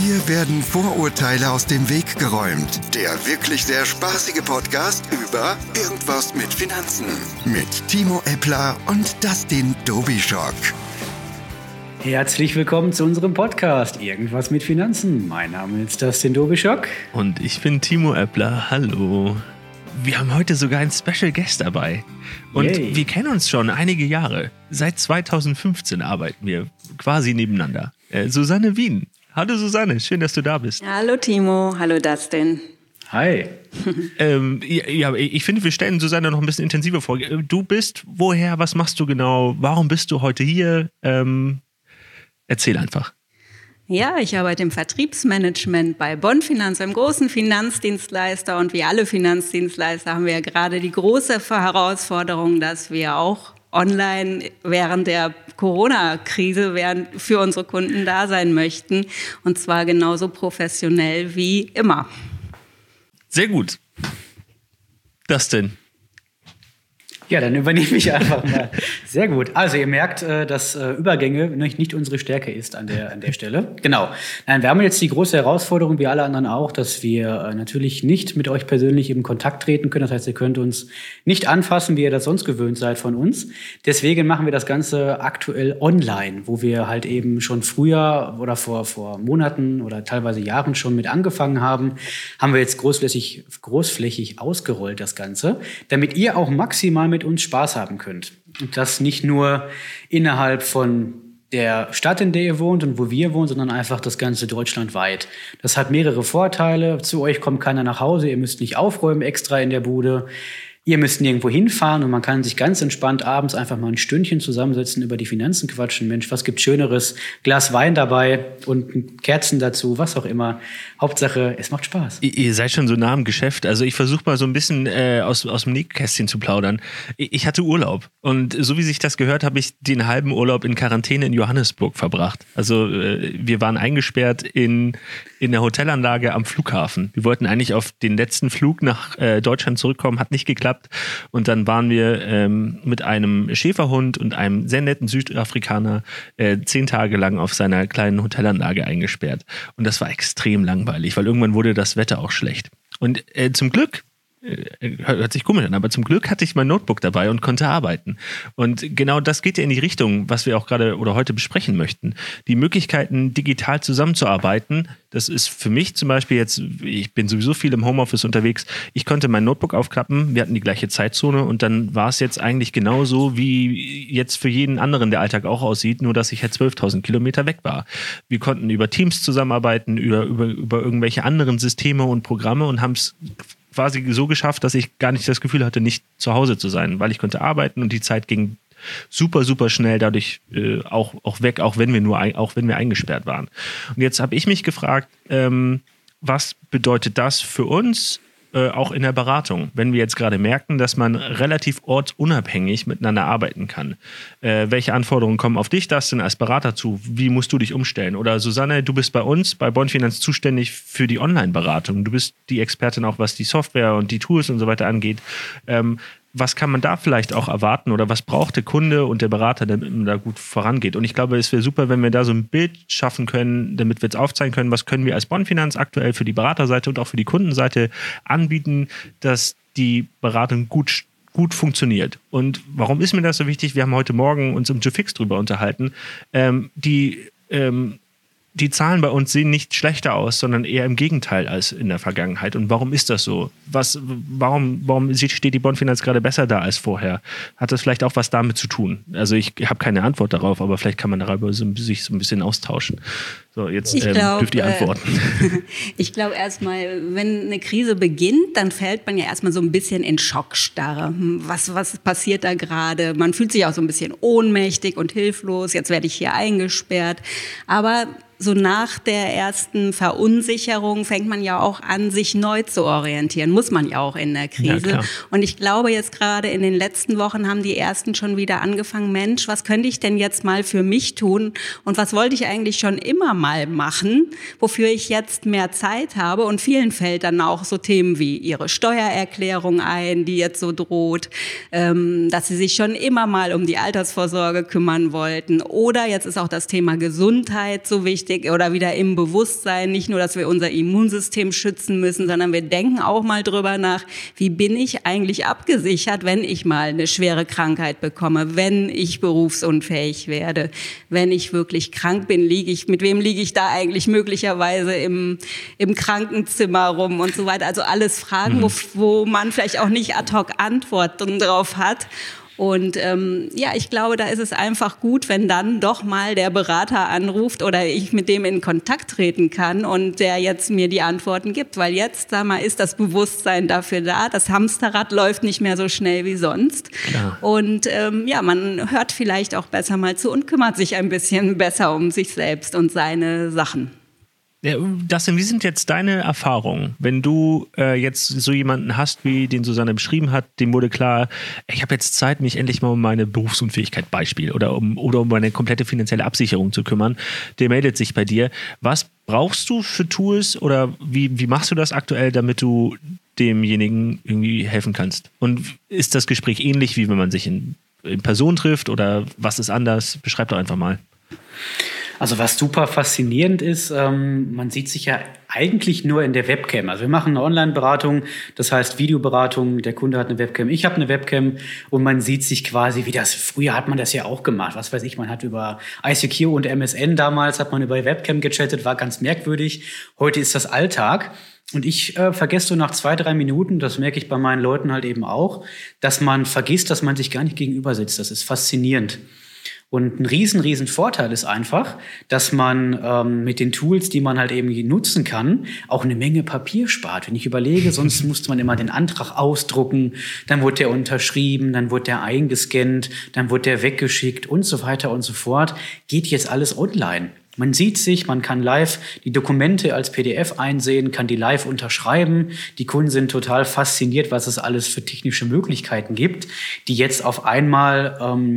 Hier werden Vorurteile aus dem Weg geräumt. Der wirklich sehr spaßige Podcast über Irgendwas mit Finanzen. Mit Timo Eppler und Dustin Dobischock. Herzlich willkommen zu unserem Podcast Irgendwas mit Finanzen. Mein Name ist Dustin Dobischock. Und ich bin Timo Eppler. Hallo. Wir haben heute sogar einen Special Guest dabei. Und wir kennen uns schon einige Jahre. Seit 2015 arbeiten wir quasi nebeneinander. Susanne Wien. Hallo Susanne, schön, dass du da bist. Hallo Timo, hallo Dustin. Hi. Ich finde, wir stellen Susanne noch ein bisschen intensiver vor. Du bist woher, was machst du genau, warum bist du heute hier? Erzähl einfach. Ja, ich arbeite im Vertriebsmanagement bei Bonfinanz, einem großen Finanzdienstleister. Und wie alle Finanzdienstleister haben wir ja gerade die große Herausforderung, dass wir auch online während der Corona-Krise für unsere Kunden da sein möchten. Und zwar genauso professionell wie immer. Sehr gut. Das denn? Ja, dann übernehme ich einfach mal. Sehr gut. Also ihr merkt, dass Übergänge nicht unsere Stärke ist an der Stelle. Genau. Nein, wir haben jetzt die große Herausforderung, wie alle anderen auch, dass wir natürlich nicht mit euch persönlich in Kontakt treten können. Das heißt, ihr könnt uns nicht anfassen, wie ihr das sonst gewöhnt seid von uns. Deswegen machen wir das Ganze aktuell online, wo wir halt eben schon früher oder vor Monaten oder teilweise Jahren schon mit angefangen haben, haben wir jetzt großflächig ausgerollt das Ganze, damit ihr auch maximal mit uns Spaß haben könnt. Und das nicht nur innerhalb von der Stadt, in der ihr wohnt und wo wir wohnen, sondern einfach das Ganze deutschlandweit. Das hat mehrere Vorteile. Zu euch kommt keiner nach Hause, ihr müsst nicht aufräumen extra in der Bude. Ihr müsst nirgendwo hinfahren und man kann sich ganz entspannt abends einfach mal ein Stündchen zusammensetzen, über die Finanzen quatschen. Mensch, was gibt's Schöneres? Glas Wein dabei und Kerzen dazu, was auch immer. Hauptsache, es macht Spaß. Ihr seid schon so nah am Geschäft. Also ich versuche mal so ein bisschen aus dem Nähkästchen zu plaudern. Ich hatte Urlaub und so wie sich das gehört, habe ich den halben Urlaub in Quarantäne in Johannesburg verbracht. Also wir waren eingesperrt in der Hotelanlage am Flughafen. Wir wollten eigentlich auf den letzten Flug nach Deutschland zurückkommen, hat nicht geklappt. Und dann waren wir mit einem Schäferhund und einem sehr netten Südafrikaner 10 Tage lang auf seiner kleinen Hotelanlage eingesperrt. Und das war extrem langweilig, weil irgendwann wurde das Wetter auch schlecht. Und zum Glück, hört sich komisch an, aber zum Glück hatte ich mein Notebook dabei und konnte arbeiten. Und genau das geht ja in die Richtung, was wir auch gerade oder heute besprechen möchten. Die Möglichkeiten, digital zusammenzuarbeiten, das ist für mich zum Beispiel jetzt, ich bin sowieso viel im Homeoffice unterwegs, ich konnte mein Notebook aufklappen, wir hatten die gleiche Zeitzone und dann war es jetzt eigentlich genauso, wie jetzt für jeden anderen der Alltag auch aussieht, nur dass ich halt 12.000 Kilometer weg war. Wir konnten über Teams zusammenarbeiten, über irgendwelche anderen Systeme und Programme und haben es quasi so geschafft, dass ich gar nicht das Gefühl hatte, nicht zu Hause zu sein, weil ich konnte arbeiten und die Zeit ging super, super schnell dadurch auch weg, auch wenn wir eingesperrt waren. Und jetzt habe ich mich gefragt, was bedeutet das für uns auch in der Beratung, wenn wir jetzt gerade merken, dass man relativ ortsunabhängig miteinander arbeiten kann. Welche Anforderungen kommen auf dich, das denn als Berater zu? Wie musst du dich umstellen? Oder Susanne, du bist bei uns, bei Bonfinanz zuständig für die Online-Beratung. Du bist die Expertin auch, was die Software und die Tools und so weiter angeht. Was kann man da vielleicht auch erwarten oder was braucht der Kunde und der Berater, damit man da gut vorangeht? Und ich glaube, es wäre super, wenn wir da so ein Bild schaffen können, damit wir jetzt aufzeigen können, was können wir als Bonfinanz aktuell für die Beraterseite und auch für die Kundenseite anbieten, dass die Beratung gut funktioniert. Und warum ist mir das so wichtig? Wir haben heute Morgen uns im Jufix drüber unterhalten. Die Zahlen bei uns sehen nicht schlechter aus, sondern eher im Gegenteil als in der Vergangenheit. Und warum ist das so? Warum steht die Bonfinanz gerade besser da als vorher? Hat das vielleicht auch was damit zu tun? Also ich habe keine Antwort darauf, aber vielleicht kann man darüber sich so ein bisschen austauschen. So, jetzt dürft ihr antworten. Ich glaube erstmal, wenn eine Krise beginnt, dann fällt man ja erstmal so ein bisschen in Schockstarre. Was passiert da gerade? Man fühlt sich auch so ein bisschen ohnmächtig und hilflos. Jetzt werde ich hier eingesperrt. Aber so nach der ersten Verunsicherung fängt man ja auch an, sich neu zu orientieren. Muss man ja auch in der Krise. Ja, und ich glaube, jetzt gerade in den letzten Wochen haben die Ersten schon wieder angefangen, Mensch, was könnte ich denn jetzt mal für mich tun? Und was wollte ich eigentlich schon immer mal machen, wofür ich jetzt mehr Zeit habe? Und vielen fällt dann auch so Themen wie ihre Steuererklärung ein, die jetzt so droht, dass sie sich schon immer mal um die Altersvorsorge kümmern wollten. Oder jetzt ist auch das Thema Gesundheit so wichtig, wichtig oder wieder im Bewusstsein, nicht nur, dass wir unser Immunsystem schützen müssen, sondern wir denken auch mal drüber nach, wie bin ich eigentlich abgesichert, wenn ich mal eine schwere Krankheit bekomme, wenn ich berufsunfähig werde, wenn ich wirklich krank bin, mit wem liege ich da eigentlich möglicherweise im Krankenzimmer rum und so weiter. Also alles Fragen, wo man vielleicht auch nicht ad hoc Antworten drauf hat. Und ich glaube, da ist es einfach gut, wenn dann doch mal der Berater anruft oder ich mit dem in Kontakt treten kann und der jetzt mir die Antworten gibt. Weil jetzt, ist das Bewusstsein dafür da. Das Hamsterrad läuft nicht mehr so schnell wie sonst. Klar. Und man hört vielleicht auch besser mal zu und kümmert sich ein bisschen besser um sich selbst und seine Sachen. Ja, Dustin, wie sind jetzt deine Erfahrungen, wenn du jetzt so jemanden hast, wie den Susanne beschrieben hat, dem wurde klar, ich habe jetzt Zeit, mich endlich mal um meine Berufsunfähigkeit oder um meine komplette finanzielle Absicherung zu kümmern, der meldet sich bei dir. Was brauchst du für Tools oder wie machst du das aktuell, damit du demjenigen irgendwie helfen kannst? Und ist das Gespräch ähnlich, wie wenn man sich in Person trifft oder was ist anders? Beschreib doch einfach mal. Also was super faszinierend ist, man sieht sich ja eigentlich nur in der Webcam. Also wir machen eine Online-Beratung, das heißt Videoberatung, der Kunde hat eine Webcam, ich habe eine Webcam und man sieht sich quasi, früher hat man das ja auch gemacht, was weiß ich, man hat über ICQ und MSN damals, hat man über Webcam gechattet, war ganz merkwürdig. Heute ist das Alltag. Und ich vergesse so nach 2-3 Minuten, das merke ich bei meinen Leuten halt eben auch, dass man vergisst, dass man sich gar nicht gegenüber sitzt. Das ist faszinierend. Und ein riesen Vorteil ist einfach, dass man mit den Tools, die man halt eben nutzen kann, auch eine Menge Papier spart. Wenn ich überlege, sonst musste man immer den Antrag ausdrucken, dann wurde der unterschrieben, dann wurde der eingescannt, dann wurde der weggeschickt und so weiter und so fort. Geht jetzt alles online. Man sieht sich, man kann live die Dokumente als PDF einsehen, kann die live unterschreiben. Die Kunden sind total fasziniert, was es alles für technische Möglichkeiten gibt, die jetzt auf einmal,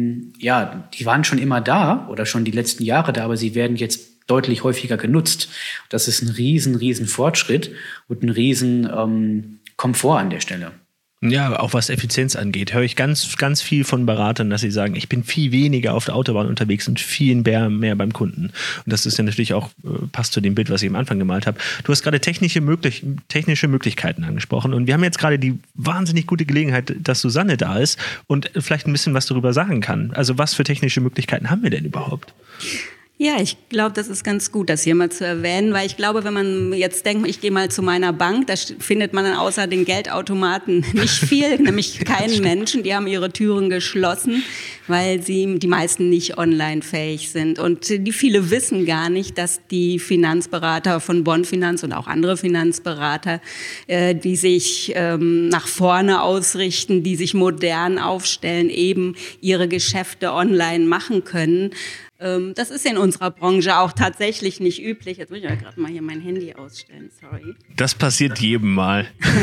die waren schon immer da oder schon die letzten Jahre da, aber sie werden jetzt deutlich häufiger genutzt. Das ist ein riesen Fortschritt und ein riesen Komfort an der Stelle. Ja, auch was Effizienz angeht, höre ich ganz, ganz viel von Beratern, dass sie sagen, ich bin viel weniger auf der Autobahn unterwegs und viel mehr beim Kunden. Und das ist ja natürlich auch, passt zu dem Bild, was ich am Anfang gemalt habe. Du hast gerade technische Möglichkeiten angesprochen und wir haben jetzt gerade die wahnsinnig gute Gelegenheit, dass Susanne da ist und vielleicht ein bisschen was darüber sagen kann. Also was für technische Möglichkeiten haben wir denn überhaupt? Ja, ich glaube, das ist ganz gut, das hier mal zu erwähnen, weil ich glaube, wenn man jetzt denkt, ich gehe mal zu meiner Bank, da findet man dann außer den Geldautomaten nicht viel, nämlich keinen Menschen, die haben ihre Türen geschlossen, weil die meisten nicht online fähig sind. Und die viele wissen gar nicht, dass die Finanzberater von Bonn Finanz und auch andere Finanzberater, die sich nach vorne ausrichten, die sich modern aufstellen, eben ihre Geschäfte online machen können. Das ist in unserer Branche auch tatsächlich nicht üblich. Jetzt muss ich ja gerade mal hier mein Handy ausstellen, sorry. Das passiert jedem Mal.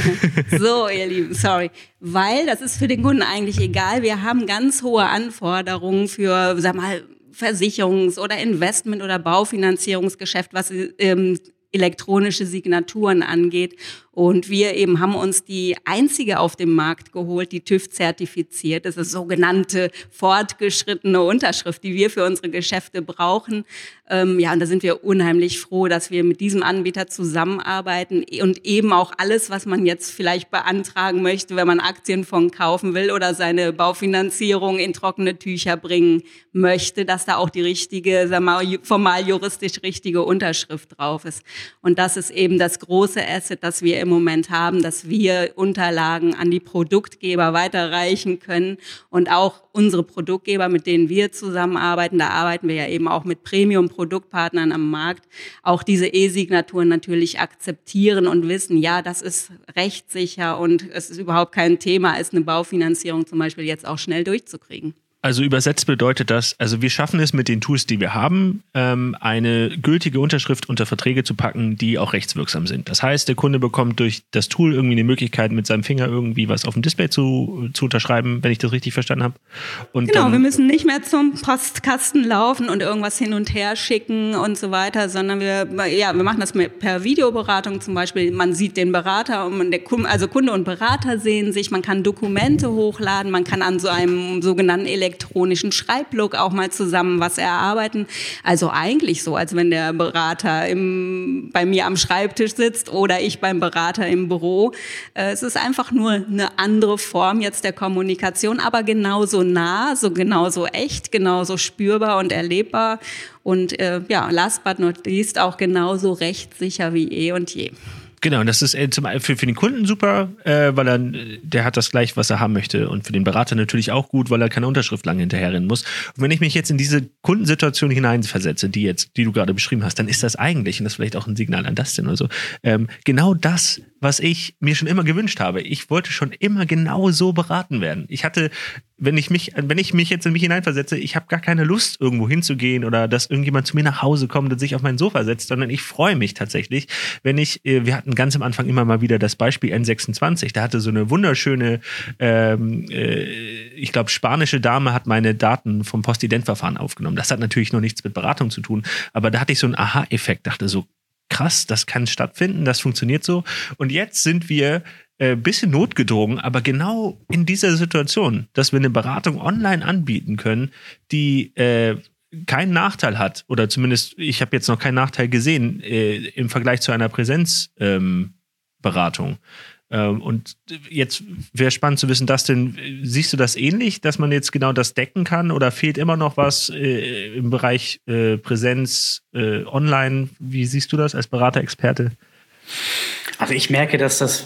So, ihr Lieben, sorry. Weil das ist für den Kunden eigentlich egal. Wir haben ganz hohe Anforderungen für, Versicherungs- oder Investment- oder Baufinanzierungsgeschäft, was elektronische Signaturen angeht. Und wir eben haben uns die einzige auf dem Markt geholt, die TÜV zertifiziert. Das ist sogenannte fortgeschrittene Unterschrift, die wir für unsere Geschäfte brauchen. Und da sind wir unheimlich froh, dass wir mit diesem Anbieter zusammenarbeiten und eben auch alles, was man jetzt vielleicht beantragen möchte, wenn man Aktienfonds kaufen will oder seine Baufinanzierung in trockene Tücher bringen möchte, dass da auch die richtige, formal juristisch richtige Unterschrift drauf ist. Und das ist eben das große Asset, das wir im Moment haben, dass wir Unterlagen an die Produktgeber weiterreichen können und auch unsere Produktgeber, mit denen wir zusammenarbeiten, da arbeiten wir ja eben auch mit Premium-Produktpartnern am Markt, auch diese E-Signaturen natürlich akzeptieren und wissen, ja, das ist rechtssicher und es ist überhaupt kein Thema, ist eine Baufinanzierung zum Beispiel jetzt auch schnell durchzukriegen. Also übersetzt bedeutet das, also wir schaffen es mit den Tools, die wir haben, eine gültige Unterschrift unter Verträge zu packen, die auch rechtswirksam sind. Das heißt, der Kunde bekommt durch das Tool irgendwie eine Möglichkeit, mit seinem Finger irgendwie was auf dem Display zu unterschreiben, wenn ich das richtig verstanden habe. Und genau, wir müssen nicht mehr zum Postkasten laufen und irgendwas hin und her schicken und so weiter, sondern wir machen das per Videoberatung zum Beispiel. Man sieht den Berater und Kunde und Berater sehen sich, man kann Dokumente hochladen, man kann an so einem sogenannten elektronischen Schreibblock auch mal zusammen was erarbeiten. Also eigentlich so, als wenn der Berater bei mir am Schreibtisch sitzt oder ich beim Berater im Büro. Es ist einfach nur eine andere Form jetzt der Kommunikation, aber genauso nah, so genauso echt, genauso spürbar und erlebbar. Und last but not least auch genauso rechtssicher wie eh und je. Genau, und das ist für den Kunden super, weil der hat das gleich, was er haben möchte. Und für den Berater natürlich auch gut, weil er keine Unterschrift lange hinterherrennen muss. Und wenn ich mich jetzt in diese Kundensituation hineinversetze, die du gerade beschrieben hast, dann ist das eigentlich, und das ist vielleicht auch ein Signal an Dustin oder so, genau das, was ich mir schon immer gewünscht habe. Ich wollte schon immer genau so beraten werden. Ich hatte, wenn ich mich jetzt in mich hineinversetze, ich habe gar keine Lust, irgendwo hinzugehen oder dass irgendjemand zu mir nach Hause kommt und sich auf mein Sofa setzt, sondern ich freue mich tatsächlich, wir hatten ganz am Anfang immer mal wieder das Beispiel N26, da hatte so eine wunderschöne, ich glaube, spanische Dame hat meine Daten vom Postident-Verfahren aufgenommen. Das hat natürlich noch nichts mit Beratung zu tun, aber da hatte ich so einen Aha-Effekt, dachte so, krass, das kann stattfinden, das funktioniert so. Und jetzt sind wir ein bisschen notgedrungen, aber genau in dieser Situation, dass wir eine Beratung online anbieten können, die keinen Nachteil hat, oder zumindest, ich habe jetzt noch keinen Nachteil gesehen im Vergleich zu einer Präsenzberatung. Und jetzt wäre spannend zu wissen, Dustin, siehst du das ähnlich, dass man jetzt genau das decken kann oder fehlt immer noch was im Bereich Präsenz online? Wie siehst du das als Beraterexperte? Also ich merke, dass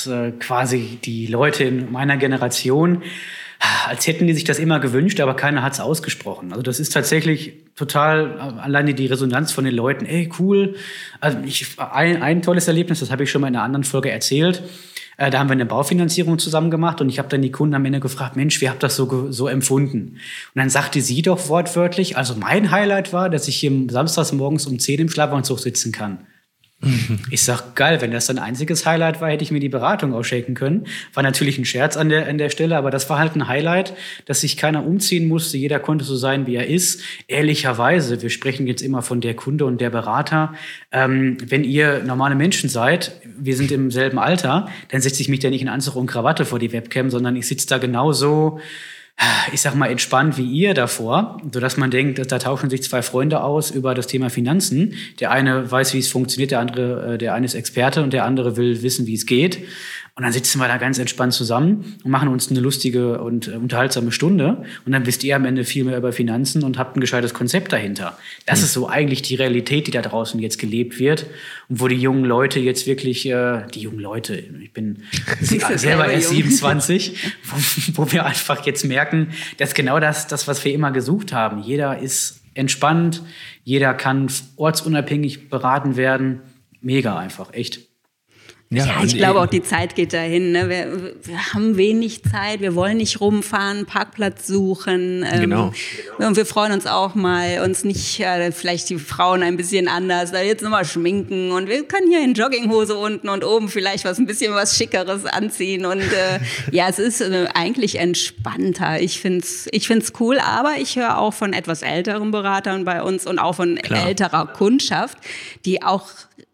quasi die Leute in meiner Generation, als hätten die sich das immer gewünscht, aber keiner hat es ausgesprochen. Also das ist tatsächlich total alleine die Resonanz von den Leuten. Ey, cool. Also ein tolles Erlebnis, das habe ich schon mal in einer anderen Folge erzählt. Da haben wir eine Baufinanzierung zusammen gemacht und ich habe dann die Kunden am Ende gefragt, Mensch, wie habt ihr das so empfunden? Und dann sagte sie doch wortwörtlich, also mein Highlight war, dass ich hier samstags morgens um 10 im Schlafanzug sitzen kann. Ich sag, geil, wenn das dein einziges Highlight war, hätte ich mir die Beratung ausschenken können. War natürlich ein Scherz an der Stelle, aber das war halt ein Highlight, dass sich keiner umziehen musste. Jeder konnte so sein, wie er ist. Ehrlicherweise, wir sprechen jetzt immer von der Kunde und der Berater. Wenn ihr normale Menschen seid, wir sind im selben Alter, dann setze ich mich da nicht in Anzug und Krawatte vor die Webcam, sondern ich sitze da genauso, ich sag mal, entspannt wie ihr davor, sodass man denkt, da tauschen sich zwei Freunde aus über das Thema Finanzen. Der eine weiß, wie es funktioniert, der eine ist Experte und der andere will wissen, wie es geht. Und dann sitzen wir da ganz entspannt zusammen und machen uns eine lustige und unterhaltsame Stunde. Und dann wisst ihr am Ende viel mehr über Finanzen und habt ein gescheites Konzept dahinter. Das ist so eigentlich die Realität, die da draußen jetzt gelebt wird. Und wo die jungen Leute jetzt wirklich, die jungen Leute, ich bin selber erst 27, wo wir einfach jetzt merken, dass genau das, was wir immer gesucht haben. Jeder ist entspannt, jeder kann ortsunabhängig beraten werden. Mega einfach, echt. Ja, ich glaube auch, die Zeit geht dahin. Ne? Wir haben wenig Zeit, wir wollen nicht rumfahren, Parkplatz suchen. Genau. Und wir freuen uns auch mal, uns nicht, vielleicht die Frauen ein bisschen anders, jetzt nochmal schminken. Und wir können hier in Jogginghose unten und oben vielleicht ein bisschen was Schickeres anziehen. Und es ist eigentlich entspannter. Ich find's cool, aber ich höre auch von etwas älteren Beratern bei uns und auch von älterer Kundschaft, die auch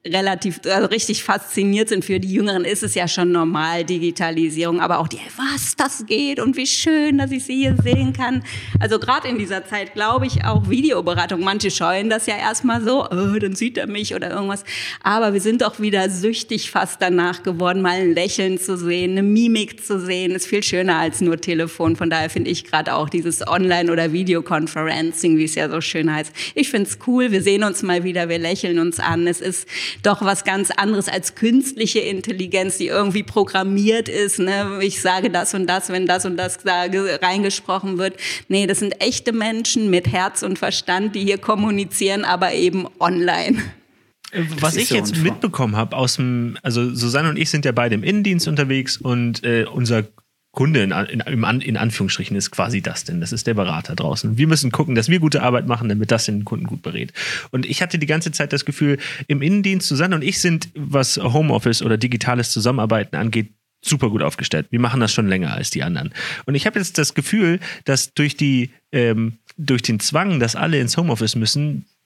richtig fasziniert sind. Für die Jüngeren ist es ja schon normal, Digitalisierung, aber auch was das geht und wie schön, dass ich sie hier sehen kann. Also gerade in dieser Zeit glaube ich auch Videoberatung, manche scheuen das ja erstmal so, dann sieht er mich oder irgendwas, aber wir sind doch wieder süchtig fast danach geworden, mal ein Lächeln zu sehen, eine Mimik zu sehen, ist viel schöner als nur Telefon. Von daher finde ich gerade auch dieses Online- oder Videoconferencing, wie es ja so schön heißt. Ich finde es cool, wir sehen uns mal wieder, wir lächeln uns an, es ist doch was ganz anderes als künstliche Intelligenz, die irgendwie programmiert ist. Ne? Ich sage das und das, wenn das und das reingesprochen wird. Nee, das sind echte Menschen mit Herz und Verstand, die hier kommunizieren, aber eben online. Was ich jetzt mitbekommen habe also Susanne und ich sind ja beide im Innendienst unterwegs und unser Kunde in Anführungsstrichen ist quasi Dustin. Das ist der Berater draußen. Wir müssen gucken, dass wir gute Arbeit machen, damit Dustin den Kunden gut berät. Und ich hatte die ganze Zeit das Gefühl, im Innendienst, Susanne und ich sind, was Homeoffice oder digitales Zusammenarbeiten angeht, super gut aufgestellt. Wir machen das schon länger als die anderen. Und ich habe jetzt das Gefühl, dass durch den Zwang, dass alle ins Homeoffice müssen,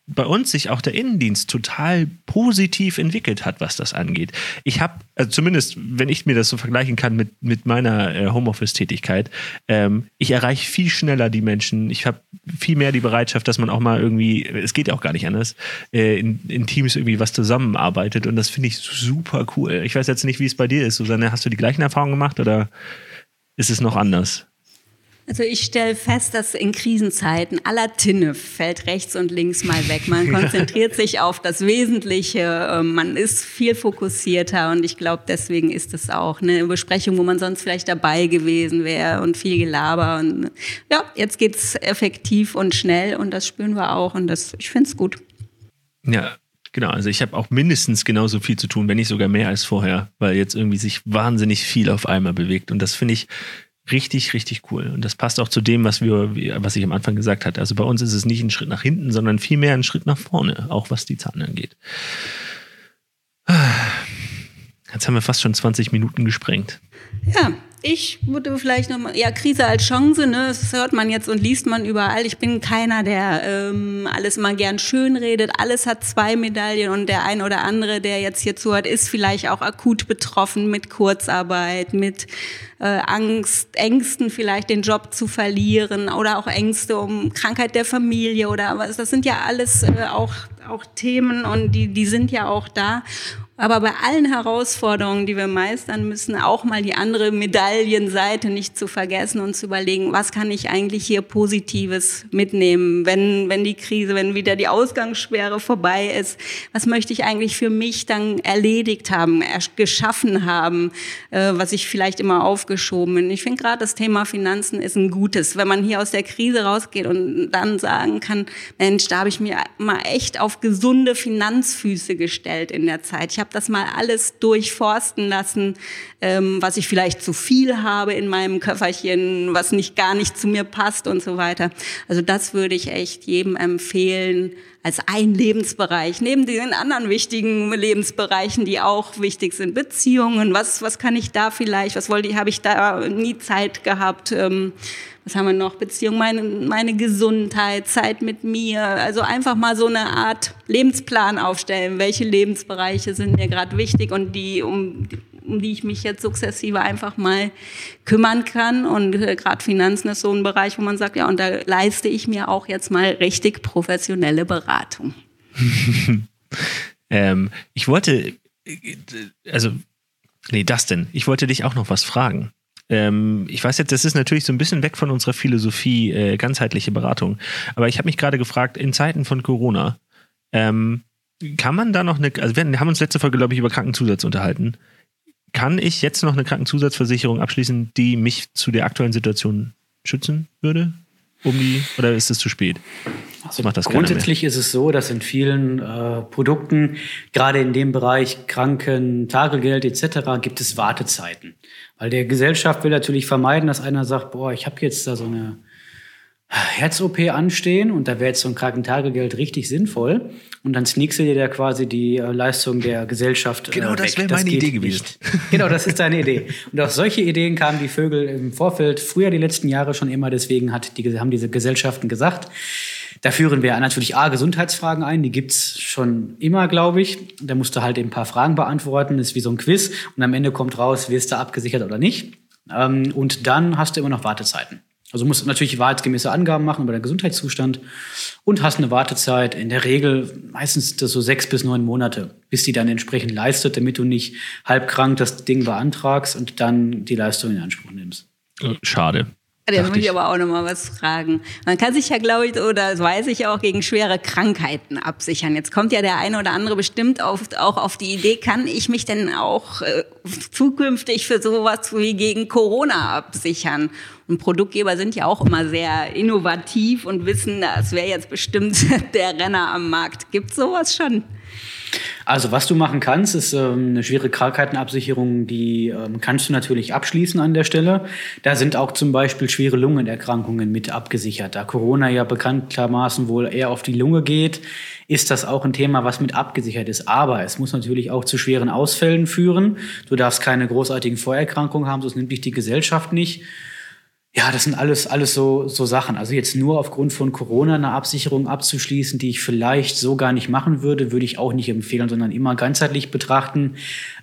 bei uns sich auch der Innendienst total positiv entwickelt hat, was das angeht. Ich habe, also zumindest, wenn ich mir das so vergleichen kann mit meiner Homeoffice-Tätigkeit, ich erreiche viel schneller die Menschen. Ich habe viel mehr die Bereitschaft, dass man auch mal irgendwie, es geht ja auch gar nicht anders, in Teams irgendwie was zusammenarbeitet. Und das finde ich super cool. Ich weiß jetzt nicht, wie es bei dir ist, Susanne. Hast du die gleichen Erfahrungen gemacht oder ist es noch anders? Also ich stelle fest, dass in Krisenzeiten aller Tinne fällt rechts und links mal weg. Man konzentriert sich auf das Wesentliche, man ist viel fokussierter und ich glaube, deswegen ist es auch eine Besprechung, wo man sonst vielleicht dabei gewesen wäre und viel Gelaber. Und ja, jetzt geht's effektiv und schnell und das spüren wir auch und ich finde es gut. Ja. Genau, also ich habe auch mindestens genauso viel zu tun, wenn nicht sogar mehr als vorher, weil jetzt irgendwie sich wahnsinnig viel auf einmal bewegt und das finde ich richtig, richtig cool. Und das passt auch zu dem, was ich am Anfang gesagt hatte. Also bei uns ist es nicht ein Schritt nach hinten, sondern vielmehr ein Schritt nach vorne, auch was die Zahlen angeht. Jetzt haben wir fast schon 20 Minuten gesprengt. Ja, ich würde vielleicht nochmal, Krise als Chance, ne? Das hört man jetzt und liest man überall. Ich bin keiner, der alles mal gern schön redet. Alles hat 2 Medaillen und der ein oder andere, der jetzt hier zuhört, ist vielleicht auch akut betroffen mit Kurzarbeit, mit Ängsten vielleicht den Job zu verlieren oder auch Ängste um Krankheit der Familie oder was. Das sind ja alles auch Themen und die sind ja auch da. Aber bei allen Herausforderungen, die wir meistern müssen, auch mal die andere Medaillenseite nicht zu vergessen und zu überlegen, was kann ich eigentlich hier Positives mitnehmen, wenn die Krise, wenn wieder die Ausgangssperre vorbei ist, was möchte ich eigentlich für mich dann erledigt haben, geschaffen haben, was ich vielleicht immer aufgeschoben bin. Ich finde gerade das Thema Finanzen ist ein gutes, wenn man hier aus der Krise rausgeht und dann sagen kann, Mensch, da habe ich mir mal echt auf gesunde Finanzfüße gestellt in der Zeit. Ich habe das mal alles durchforsten lassen, was ich vielleicht zu viel habe in meinem Köfferchen, was gar nicht zu mir passt und so weiter. Also das würde ich echt jedem empfehlen als ein Lebensbereich, neben den anderen wichtigen Lebensbereichen, die auch wichtig sind. Beziehungen, was kann ich da vielleicht, habe ich da nie Zeit gehabt, was haben wir noch? Beziehung, meine Gesundheit, Zeit mit mir. Also einfach mal so eine Art Lebensplan aufstellen. Welche Lebensbereiche sind mir gerade wichtig und um die ich mich jetzt sukzessive einfach mal kümmern kann. Und gerade Finanzen ist so ein Bereich, wo man sagt, ja, und da leiste ich mir auch jetzt mal richtig professionelle Beratung. Ich wollte dich auch noch was fragen. Ich weiß jetzt, das ist natürlich so ein bisschen weg von unserer Philosophie, ganzheitliche Beratung. Aber ich habe mich gerade gefragt, in Zeiten von Corona, kann man da noch also wir haben uns letzte Folge, glaube ich, über Krankenzusatz unterhalten. Kann ich jetzt noch eine Krankenzusatzversicherung abschließen, die mich zu der aktuellen Situation schützen würde? Oder ist es zu spät? Also grundsätzlich ist es so, dass in vielen Produkten, gerade in dem Bereich Kranken, Tagegeld etc., gibt es Wartezeiten. Weil der Gesellschaft will natürlich vermeiden, dass einer sagt, boah, ich habe jetzt da so eine Herz-OP anstehen und da wäre jetzt so ein Krankentagegeld richtig sinnvoll. Und dann sneakst du dir da quasi die Leistung der Gesellschaft Genau, das wäre meine Idee gewesen. Genau, das ist deine Idee. Und auf solche Ideen kamen die Vögel im Vorfeld früher die letzten Jahre schon immer. Deswegen haben diese Gesellschaften gesagt, da führen wir natürlich Gesundheitsfragen ein. Die gibt's schon immer, glaube ich. Da musst du halt eben ein paar Fragen beantworten. Das ist wie so ein Quiz. Und am Ende kommt raus, wirst du abgesichert oder nicht. Und dann hast du immer noch Wartezeiten. Also musst du natürlich wahrheitsgemäße Angaben machen über deinen Gesundheitszustand und hast eine Wartezeit, in der Regel meistens das so 6 bis 9 Monate, bis die dann entsprechend leistet, damit du nicht halbkrank das Ding beantragst und dann die Leistung in Anspruch nimmst. Schade. Da muss ich aber auch noch mal was fragen. Man kann sich ja, glaube ich, oder das weiß ich auch, gegen schwere Krankheiten absichern. Jetzt kommt ja der eine oder andere bestimmt auch auf die Idee, kann ich mich denn auch zukünftig für sowas wie gegen Corona absichern? Und Produktgeber sind ja auch immer sehr innovativ und wissen, das wäre jetzt bestimmt der Renner am Markt. Gibt's sowas schon? Also was du machen kannst, ist eine schwere Krankheitenabsicherung, die kannst du natürlich abschließen an der Stelle. Da sind auch zum Beispiel schwere Lungenerkrankungen mit abgesichert. Da Corona ja bekanntermaßen wohl eher auf die Lunge geht, ist das auch ein Thema, was mit abgesichert ist. Aber es muss natürlich auch zu schweren Ausfällen führen. Du darfst keine großartigen Vorerkrankungen haben, sonst nimmt dich die Gesellschaft nicht. Ja, das sind alles so Sachen. Also jetzt nur aufgrund von Corona eine Absicherung abzuschließen, die ich vielleicht so gar nicht machen würde ich auch nicht empfehlen, sondern immer ganzheitlich betrachten.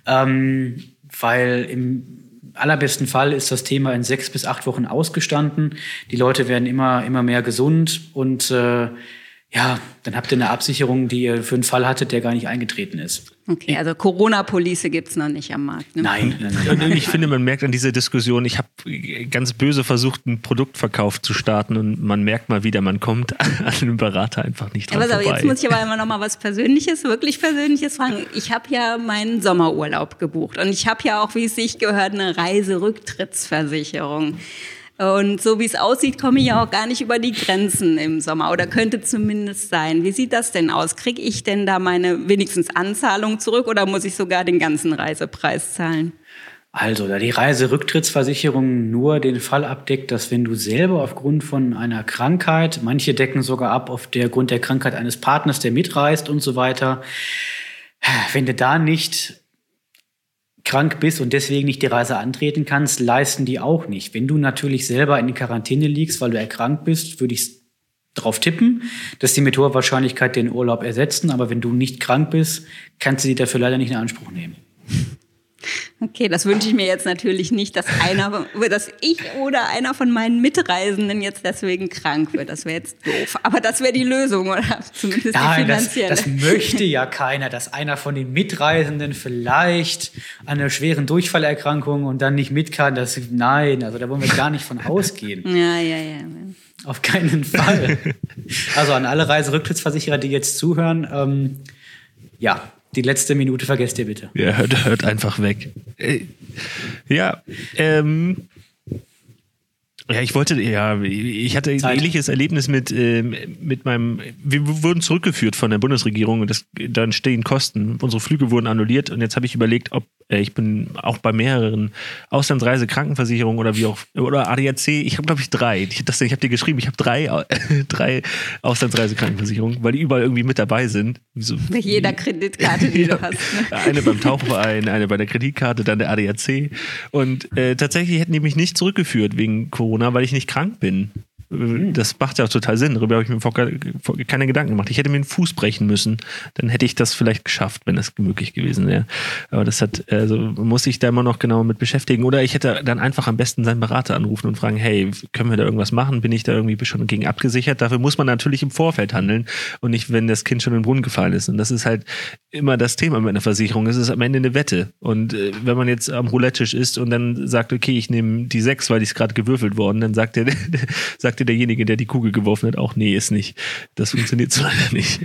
Weil im allerbesten Fall ist das Thema in 6 bis 8 Wochen ausgestanden. Die Leute werden immer mehr gesund und dann habt ihr eine Absicherung, die ihr für einen Fall hattet, der gar nicht eingetreten ist. Okay, also Corona-Police gibt's noch nicht am Markt. Ne? Nein. Und ich finde, man merkt an dieser Diskussion, ich habe ganz böse versucht, einen Produktverkauf zu starten und man merkt mal wieder, man kommt an einem Berater einfach nicht dran vorbei. Aber jetzt muss ich aber immer noch mal was wirklich Persönliches fragen. Ich habe ja meinen Sommerurlaub gebucht und ich habe ja auch, wie es sich gehört, eine Reiserücktrittsversicherung. Und so wie es aussieht, komme ich ja auch gar nicht über die Grenzen im Sommer oder könnte zumindest sein. Wie sieht das denn aus? Kriege ich denn da meine wenigstens Anzahlung zurück oder muss ich sogar den ganzen Reisepreis zahlen? Also, da die Reiserücktrittsversicherung nur den Fall abdeckt, dass wenn du selber aufgrund von einer Krankheit, manche decken sogar ab aufgrund der Krankheit eines Partners, der mitreist und so weiter, wenn du da nicht krank bist und deswegen nicht die Reise antreten kannst, leisten die auch nicht. Wenn du natürlich selber in Quarantäne liegst, weil du erkrankt bist, würde ich darauf tippen, dass die mit hoher Wahrscheinlichkeit den Urlaub ersetzen. Aber wenn du nicht krank bist, kannst du die dafür leider nicht in Anspruch nehmen. Okay, das wünsche ich mir jetzt natürlich nicht, dass ich oder einer von meinen Mitreisenden jetzt deswegen krank wird. Das wäre jetzt doof. Aber das wäre die Lösung, oder? Zumindest die finanzielle. Das möchte ja keiner, dass einer von den Mitreisenden vielleicht an einer schweren Durchfallerkrankung und dann nicht mit kann. Nein, also da wollen wir gar nicht von ausgehen. Ja. Auf keinen Fall. Also an alle Reiserücktrittsversicherer, die jetzt zuhören, die letzte Minute vergesst ihr bitte. Ja, hört einfach weg. Ich hatte ein ähnliches Erlebnis mit meinem, wir wurden zurückgeführt von der Bundesregierung und dann stehen Kosten. Unsere Flüge wurden annulliert und jetzt habe ich überlegt, ob ich bin auch bei mehreren Auslandsreisekrankenversicherungen oder ADAC, ich habe glaube ich 3. Ich habe dir geschrieben, ich habe 3 Auslandsreisekrankenversicherungen, weil die überall irgendwie mit dabei sind. Bei jeder Kreditkarte, die du hast. Ne? Eine beim Tauchverein, eine bei der Kreditkarte, dann der ADAC. Und tatsächlich hätten die mich nicht zurückgeführt wegen Corona, weil ich nicht krank bin. Das macht ja auch total Sinn. Darüber habe ich mir keine Gedanken gemacht. Ich hätte mir den Fuß brechen müssen. Dann hätte ich das vielleicht geschafft, wenn das möglich gewesen wäre. Aber das muss ich da immer noch genau mit beschäftigen. Oder ich hätte dann einfach am besten seinen Berater anrufen und fragen, hey, können wir da irgendwas machen? Bin ich da irgendwie schon gegen abgesichert? Dafür muss man natürlich im Vorfeld handeln und nicht, wenn das Kind schon in den Brunnen gefallen ist. Und das ist halt immer das Thema mit einer Versicherung. Es ist am Ende eine Wette. Und wenn man jetzt am Roulette-Tisch ist und dann sagt, okay, ich nehme die 6, weil die ist gerade gewürfelt worden, dann sagt derjenige, der die Kugel geworfen hat, auch, nee, ist nicht. Das funktioniert so leider nicht.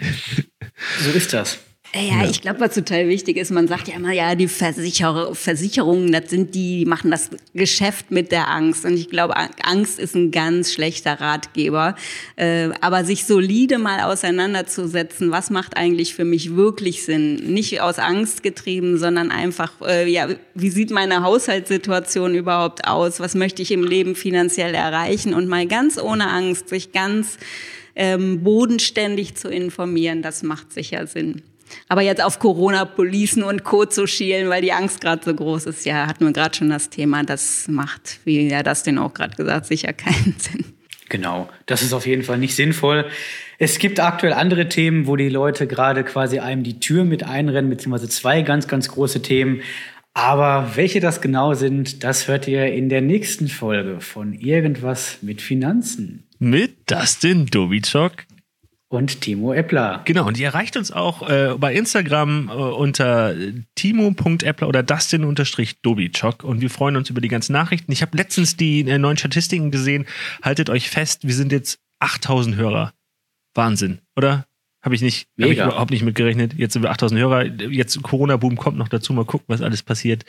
So ist das. Ja, ich glaube, was total wichtig ist, man sagt ja immer, ja, die Versicherungen, die machen das Geschäft mit der Angst. Und ich glaube, Angst ist ein ganz schlechter Ratgeber. Aber sich solide mal auseinanderzusetzen, was macht eigentlich für mich wirklich Sinn? Nicht aus Angst getrieben, sondern einfach, wie sieht meine Haushaltssituation überhaupt aus? Was möchte ich im Leben finanziell erreichen? Und mal ganz ohne Angst, sich ganz bodenständig zu informieren, das macht sicher Sinn. Aber jetzt auf Corona-Policen und Co. zu schielen, weil die Angst gerade so groß ist, ja, hatten wir gerade schon das Thema, das macht, wie er das denn auch gerade gesagt, sicher keinen Sinn. Genau, das ist auf jeden Fall nicht sinnvoll. Es gibt aktuell andere Themen, wo die Leute gerade quasi einem die Tür mit einrennen, beziehungsweise 2 ganz, ganz große Themen. Aber welche das genau sind, das hört ihr in der nächsten Folge von Irgendwas mit Finanzen. Mit Dustin Dobichok und Timo Eppler. Genau, und ihr erreicht uns auch bei Instagram unter timo.eppler oder Dustin_Dobichok und wir freuen uns über die ganzen Nachrichten. Ich habe letztens die neuen Statistiken gesehen. Haltet euch fest, wir sind jetzt 8000 Hörer. Wahnsinn, oder? Habe ich überhaupt nicht mitgerechnet. Jetzt sind wir 8000 Hörer. Jetzt Corona-Boom kommt noch dazu. Mal gucken, was alles passiert.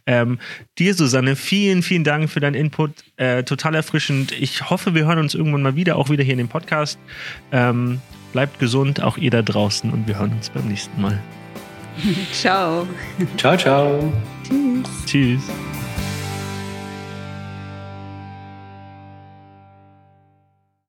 Dir, Susanne, vielen, vielen Dank für deinen Input. Total erfrischend. Ich hoffe, wir hören uns irgendwann mal wieder, auch wieder hier in dem Podcast. Bleibt gesund, auch ihr da draußen. Und wir hören uns beim nächsten Mal. Ciao. Ciao, ciao. Tschüss. Tschüss.